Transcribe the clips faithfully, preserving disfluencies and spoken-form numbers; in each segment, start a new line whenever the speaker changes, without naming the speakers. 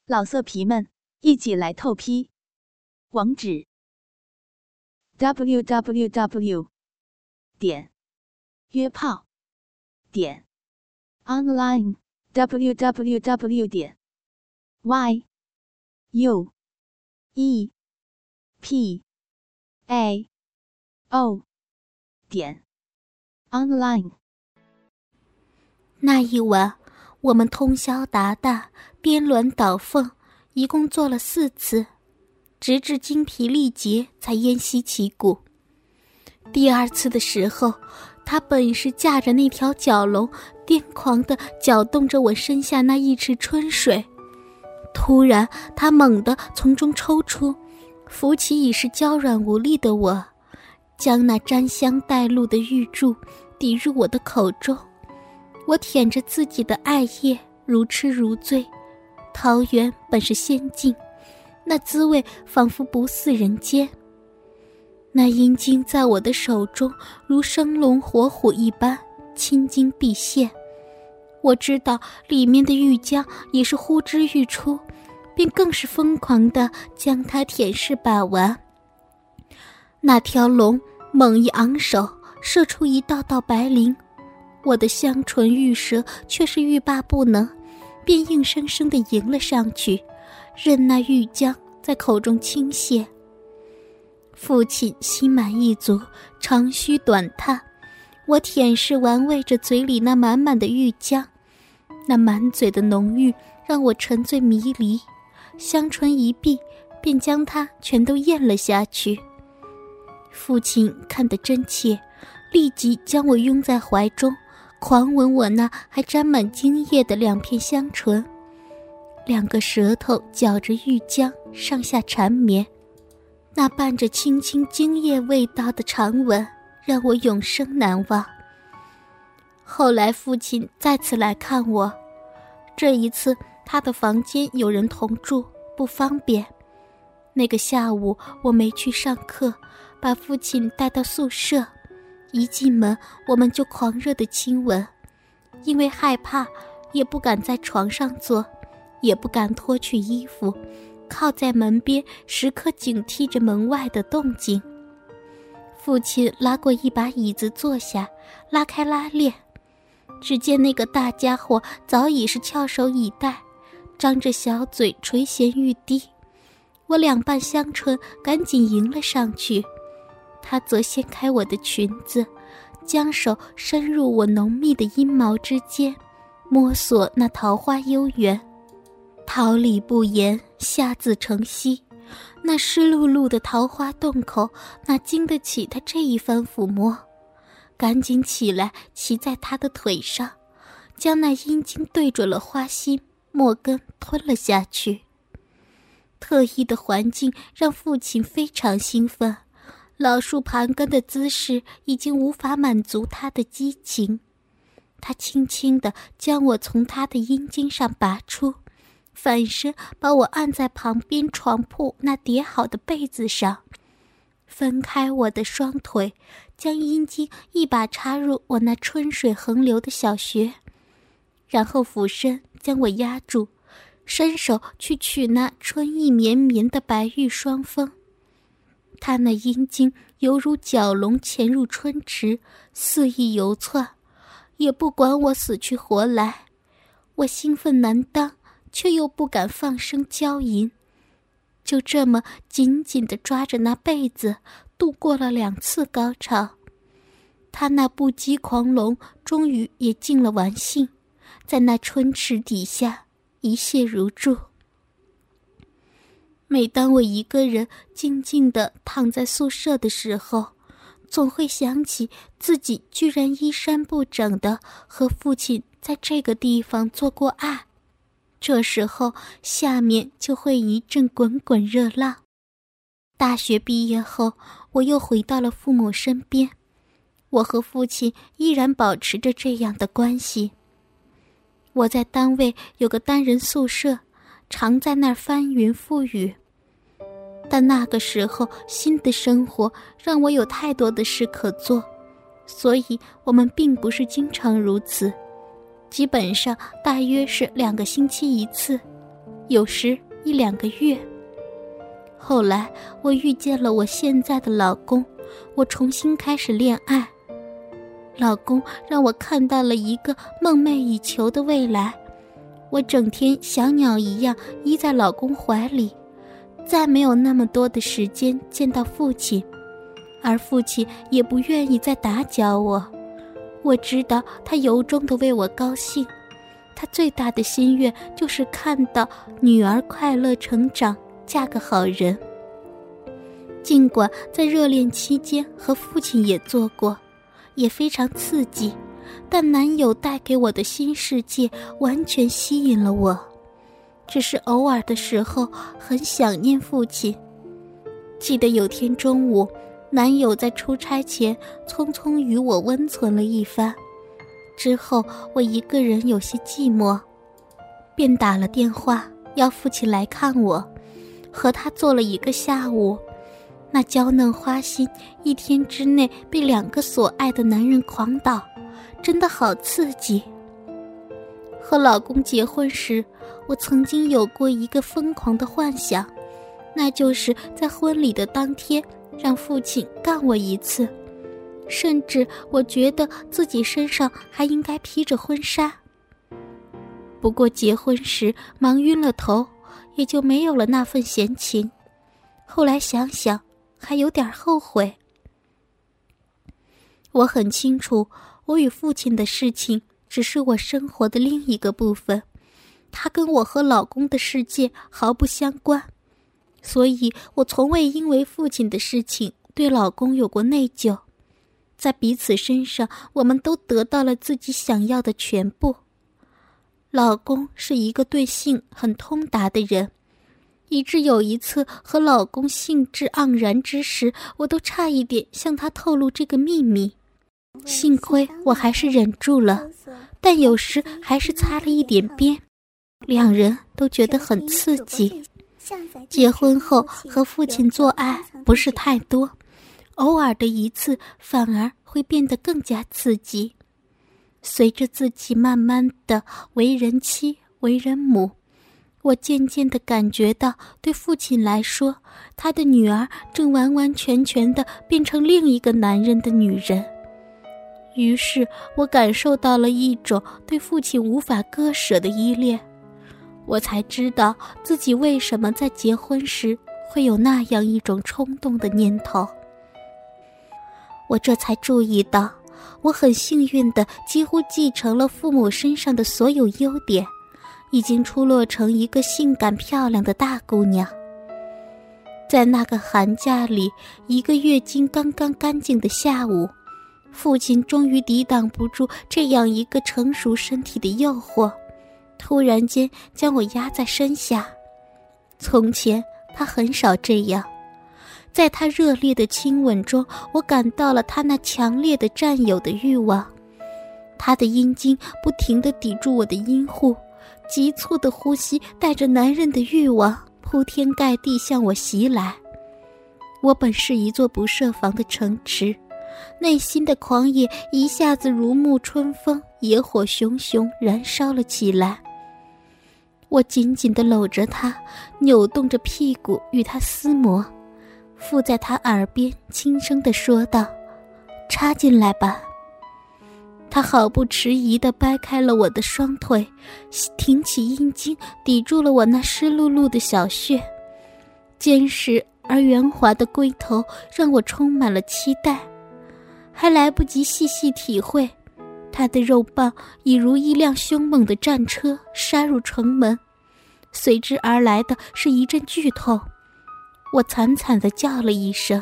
老色皮们，一起来透批！网址 ：double u double u double u 点约炮点 online double u double u double u 点 y u e p a o 点 online。
那一晚，我们通宵达旦，颠鸾倒凤，一共做了四次，直至精疲力竭才偃息其骨。第二次的时候，他本是驾着那条蛟龙，癫狂地搅动着我身下那一池春水。突然，他猛地从中抽出，扶起已是娇软无力的我，将那沾香带露的玉柱抵入我的口中。我舔着自己的艾叶，如痴如醉。桃源本是仙境，那滋味仿佛不似人间。那阴茎在我的手中如生龙活虎一般，青筋毕现。我知道里面的玉浆也是呼之欲出，便更是疯狂地将它舔舐把玩。那条龙猛一昂首，射出一道道白绫，我的香唇玉舌却是欲罢不能，便硬生生地迎了上去，任那玉浆在口中倾泻。父亲心满意足，长吁短叹，我舔舐玩味着嘴里那满满的玉浆，那满嘴的浓郁让我沉醉迷离，香唇一闭，便将它全都咽了下去。父亲看得真切，立即将我拥在怀中，狂吻我那还沾满精液的两片香唇，两个舌头搅着玉浆上下缠绵，那伴着清清精液味道的长吻让我永生难忘。后来父亲再次来看我，这一次他的房间有人同住，不方便。那个下午我没去上课，把父亲带到宿舍，一进门我们就狂热的亲吻，因为害怕也不敢在床上坐，也不敢脱去衣服，靠在门边时刻警惕着门外的动静。父亲拉过一把椅子坐下，拉开拉链，只见那个大家伙早已是翘首以待，张着小嘴垂涎欲滴。我两瓣香唇赶紧迎了上去，他则掀开我的裙子，将手伸入我浓密的阴毛之间，摸索那桃花幽园。桃李不言，下自成蹊，那湿漉漉的桃花洞口哪经得起他这一番抚摸。赶紧起来，骑在他的腿上，将那阴茎对准了花心，末根吞了下去。特异的环境让父亲非常兴奋，老树盘根的姿势已经无法满足他的激情。他轻轻地将我从他的阴茎上拔出，反身把我按在旁边床铺那叠好的被子上，分开我的双腿，将阴茎一把插入我那春水横流的小穴，然后俯身将我压住，伸手去取那春意绵绵的白玉双峰。他那阴茎犹如蛟龙潜入春池，肆意游窜，也不管我死去活来。我兴奋难当，却又不敢放声娇吟，就这么紧紧地抓着那被子，度过了两次高潮。他那不羁狂龙终于也尽了完性，在那春池底下一泻如注。每当我一个人静静地躺在宿舍的时候，总会想起自己居然衣衫不整地和父亲在这个地方做过爱，这时候下面就会一阵滚滚热浪。大学毕业后，我又回到了父母身边，我和父亲依然保持着这样的关系。我在单位有个单人宿舍，常在那儿翻云覆雨，但那个时候新的生活让我有太多的事可做，所以我们并不是经常如此，基本上大约是两个星期一次。 有时一两个月。后来我遇见了我现在的老公，我重新开始恋爱。老公让我看到了一个梦寐以求的未来，我整天小鸟一样依在老公怀里，再没有那么多的时间见到父亲，而父亲也不愿意再打搅我。我知道他由衷地为我高兴，他最大的心愿就是看到女儿快乐成长，嫁个好人。尽管在热恋期间和父亲也做过，也非常刺激，但男友带给我的新世界完全吸引了我。只是偶尔的时候很想念父亲。记得有天中午，男友在出差前匆匆与我温存了一番，之后我一个人有些寂寞，便打了电话要父亲来看我，和他做了一个下午。那娇嫩花心一天之内被两个所爱的男人狂倒，真的好刺激。和老公结婚时，我曾经有过一个疯狂的幻想，那就是在婚礼的当天让父亲干我一次，甚至我觉得自己身上还应该披着婚纱。不过结婚时忙晕了头，也就没有了那份闲情。后来想想还有点后悔。我很清楚，我与父亲的事情只是我生活的另一个部分，他跟我和老公的世界毫不相关，所以我从未因为父亲的事情对老公有过内疚。在彼此身上，我们都得到了自己想要的全部。老公是一个对性很通达的人，以致有一次和老公兴致盎然之时，我都差一点向他透露这个秘密。幸亏我还是忍住了，但有时还是擦了一点边，两人都觉得很刺激。结婚后和父亲做爱不是太多，偶尔的一次反而会变得更加刺激。随着自己慢慢的为人妻为人母，我渐渐地感觉到，对父亲来说，他的女儿正完完全全地变成另一个男人的女人。于是我感受到了一种对父亲无法割舍的依恋，我才知道自己为什么在结婚时会有那样一种冲动的念头。我这才注意到，我很幸运地几乎继承了父母身上的所有优点，已经出落成一个性感漂亮的大姑娘。在那个寒假里，一个月经刚刚干净的下午，父亲终于抵挡不住这样一个成熟身体的诱惑，突然间将我压在身下。从前他很少这样，在他热烈的亲吻中，我感到了他那强烈的占有的欲望。他的阴茎不停地抵住我的阴户，急促的呼吸带着男人的欲望铺天盖地向我袭来。我本是一座不设防的城池，内心的狂野一下子如沐春风，野火熊熊燃烧了起来。我紧紧地搂着他，扭动着屁股与他厮磨，附在他耳边轻声地说道：插进来吧。他毫不迟疑地掰开了我的双腿，挺起阴茎抵住了我那湿漉漉的小穴，坚实而圆滑的龟头让我充满了期待。还来不及细细体会，他的肉棒已如一辆凶猛的战车杀入城门，随之而来的是一阵剧痛，我惨惨地叫了一声。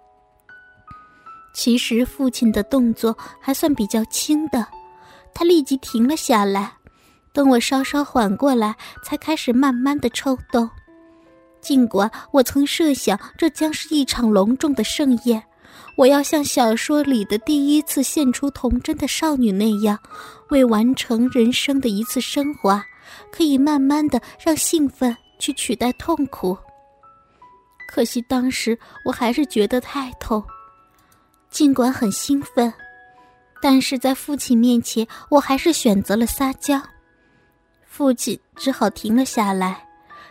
其实父亲的动作还算比较轻的，他立即停了下来，等我稍稍缓过来，才开始慢慢地抽动。尽管我曾设想这将是一场隆重的盛宴，我要像小说里的第一次献出童真的少女那样，为完成人生的一次升华，可以慢慢地让兴奋去取代痛苦。可惜当时我还是觉得太痛，尽管很兴奋，但是在父亲面前，我还是选择了撒娇。父亲只好停了下来，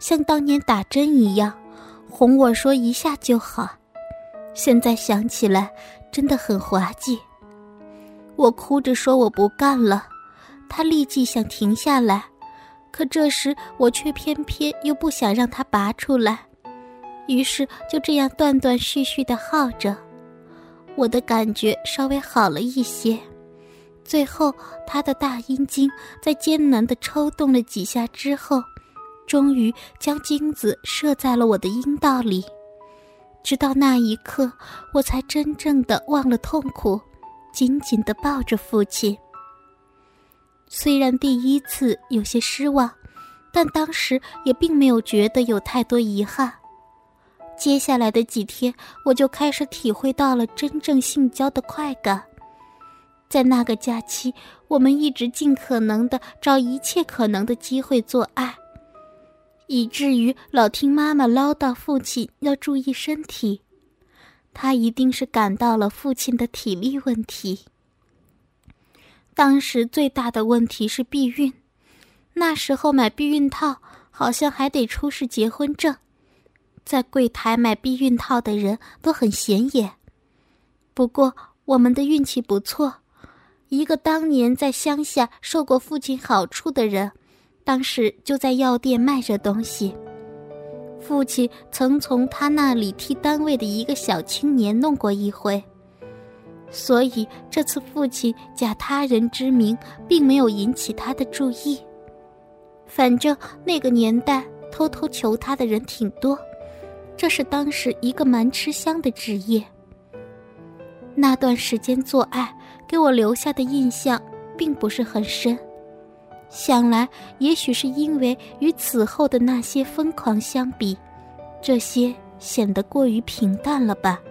像当年打针一样，哄我说一下就好。现在想起来真的很滑稽。我哭着说我不干了，他立即想停下来，可这时我却偏偏又不想让他拔出来，于是就这样断断续续地耗着。我的感觉稍微好了一些，最后他的大阴茎在艰难地抽动了几下之后，终于将精子射在了我的阴道里。直到那一刻，我才真正地忘了痛苦，紧紧地抱着父亲。虽然第一次有些失望，但当时也并没有觉得有太多遗憾。接下来的几天，我就开始体会到了真正性交的快感。在那个假期，我们一直尽可能地找一切可能的机会做爱，以至于老听妈妈唠叨父亲要注意身体。他一定是感到了父亲的体力问题。当时最大的问题是避孕，那时候买避孕套好像还得出示结婚证，在柜台买避孕套的人都很显眼。不过我们的运气不错，一个当年在乡下受过父亲好处的人，当时就在药店卖着东西。父亲曾从他那里替单位的一个小青年弄过一回，所以这次父亲假他人之名，并没有引起他的注意。反正那个年代偷偷求他的人挺多，这是当时一个蛮吃香的职业。那段时间做爱给我留下的印象并不是很深，想来也许是因为与此后的那些疯狂相比，这些显得过于平淡了吧。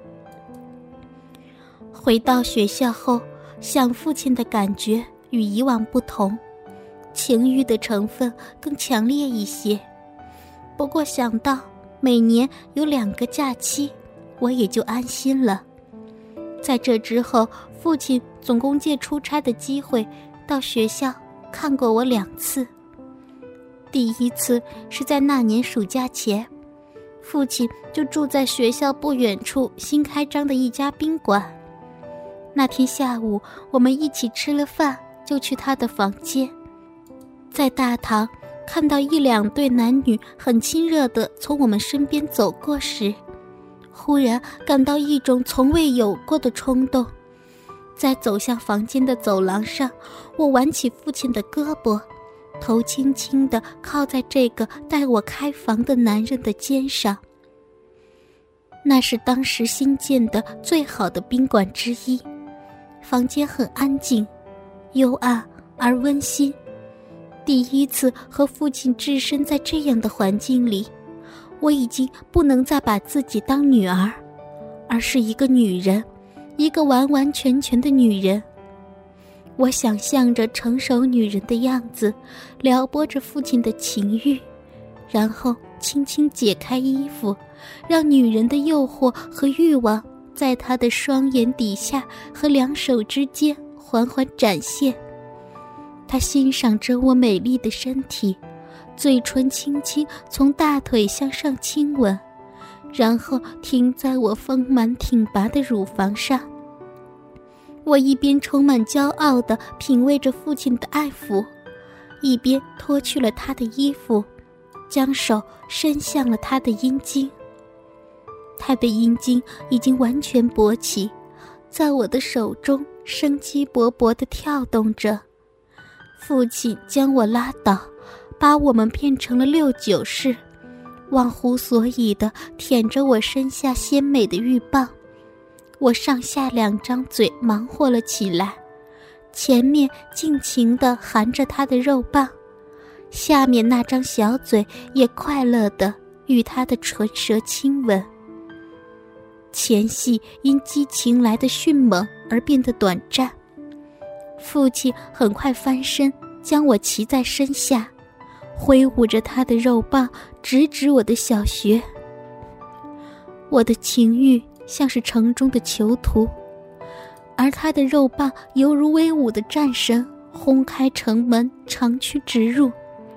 回到学校后，想父亲的感觉与以往不同，情欲的成分更强烈一些。不过想到每年有两个假期，我也就安心了。在这之后，父亲总共借出差的机会到学校看过我两次。第一次是在那年暑假前，父亲就住在学校不远处新开张的一家宾馆。那天下午，我们一起吃了饭，就去他的房间。在大堂看到一两对男女很亲热地从我们身边走过时，忽然感到一种从未有过的冲动。在走向房间的走廊上，我挽起父亲的胳膊，头轻轻地靠在这个带我开房的男人的肩上。那是当时新建的最好的宾馆之一，房间很安静，幽暗而温馨。第一次和父亲置身在这样的环境里，我已经不能再把自己当女儿，而是一个女人，一个完完全全的女人。我想象着成熟女人的样子，撩拨着父亲的情欲，然后轻轻解开衣服，让女人的诱惑和欲望在他的双眼底下和两手之间缓缓展现。他欣赏着我美丽的身体，嘴唇轻轻从大腿向上亲吻，然后停在我丰满挺拔的乳房上。我一边充满骄傲地品味着父亲的爱抚，一边脱去了他的衣服，将手伸向了他的阴茎。他的阴茎已经完全勃起，在我的手中生机勃勃地跳动着。父亲将我拉倒，把我们变成了六九式，忘乎所以地舔着我身下鲜美的玉棒。我上下两张嘴忙活了起来，前面尽情地含着他的肉棒，下面那张小嘴也快乐地与他的唇舌亲吻。前戏因激情来的迅猛而变得短暂，父亲很快翻身，将我骑在身下，挥舞着他的肉棒，直指我的小穴。我的情欲像是城中的囚徒，而他的肉棒犹如威武的战神，轰开城门，长驱直入。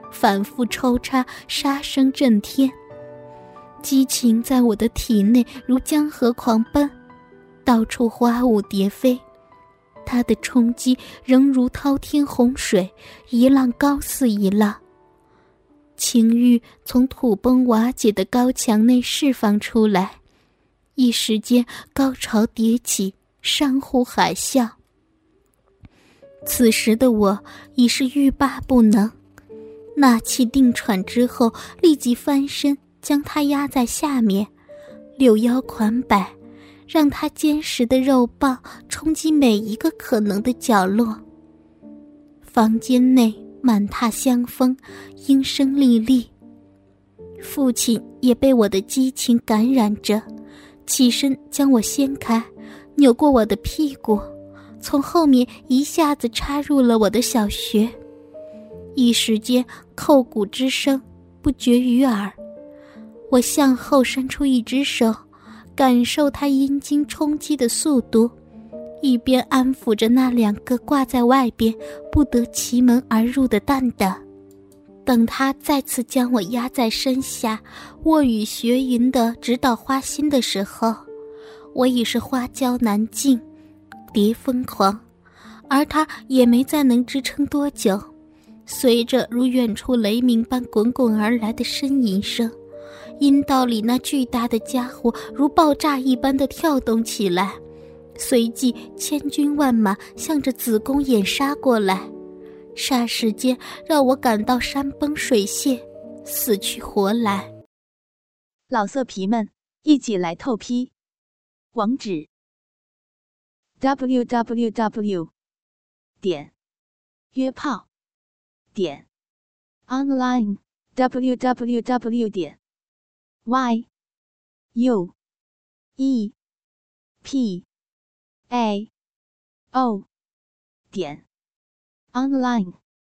反复抽插，杀声震天。激情在我的体内如江河狂奔，到处花舞蝶飞。它的冲击仍如滔天洪水，一浪高似一浪。情欲从土崩瓦解的高墙内释放出来，一时间高潮迭起，山呼海啸。此时的我已是欲罢不能，纳气定喘之后，立即翻身将他压在下面，柳腰款摆，让他坚实的肉棒冲击每一个可能的角落。房间内满踏香风，莺声沥沥。父亲也被我的激情感染着，起身将我掀开，扭过我的屁股，从后面一下子插入了我的小穴。一时间扣骨之声不绝于耳。我向后伸出一只手，感受他阴茎冲击的速度，一边安抚着那两个挂在外边不得其门而入的蛋蛋。等他再次将我压在身下，卧雨学云的直捣花心的时候，我已是花娇难尽，蝶疯狂，而他也没再能支撑多久。随着如远处雷鸣般滚滚而来的呻吟声，阴道里那巨大的家伙如爆炸一般的跳动起来，随即千军万马向着子宫掩杀过来，霎时间让我感到山崩水泄，死去活来。
老色皮们，一起来透批！网址 ：double-u double-u double-u 点约炮点 online double-u double-u double-u 点 y u e p a o 点 online。